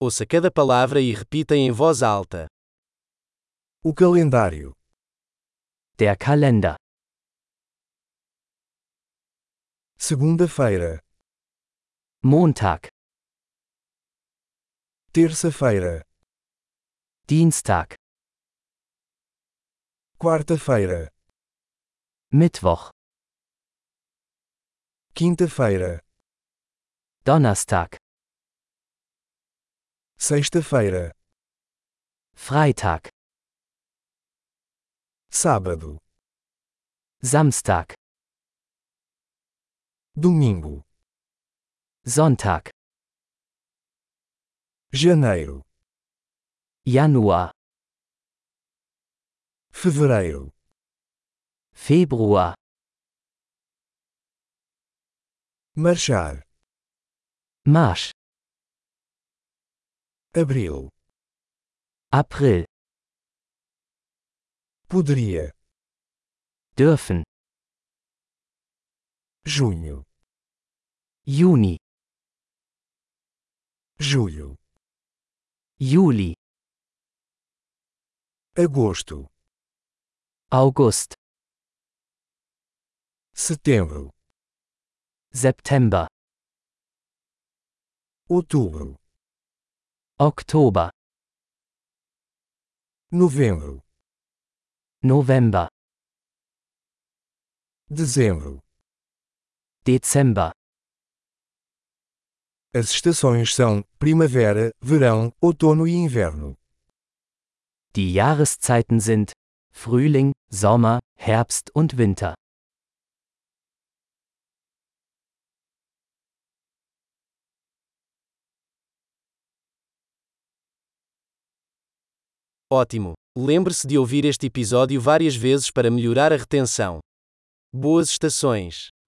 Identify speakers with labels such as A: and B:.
A: Ouça cada palavra e repita em voz alta.
B: O calendário.
C: Der Kalender.
B: Segunda-feira.
C: Montag.
B: Terça-feira.
C: Dienstag.
B: Quarta-feira.
C: Mittwoch.
B: Quinta-feira.
C: Donnerstag.
B: Sexta-feira.
C: Freitag.
B: Sábado.
C: Samstag.
B: Domingo.
C: Sonntag.
B: Janeiro.
C: Januar.
B: Fevereiro.
C: Februar.
B: Marchar.
C: Marsch.
B: Abril.
C: April.
B: Poderia.
C: Dürfen.
B: Junho.
C: Juni.
B: Julho.
C: Juli.
B: Agosto.
C: August.
B: Setembro.
C: September.
B: Outubro.
C: Oktober.
B: Novembro.
C: November.
B: Dezembro.
C: Dezember.
B: As estações são primavera, verão, outono e inverno.
C: Die Jahreszeiten sind Frühling, Sommer, Herbst und Winter.
A: Ótimo! Lembre-se de ouvir este episódio várias vezes para melhorar a retenção. Boas estações!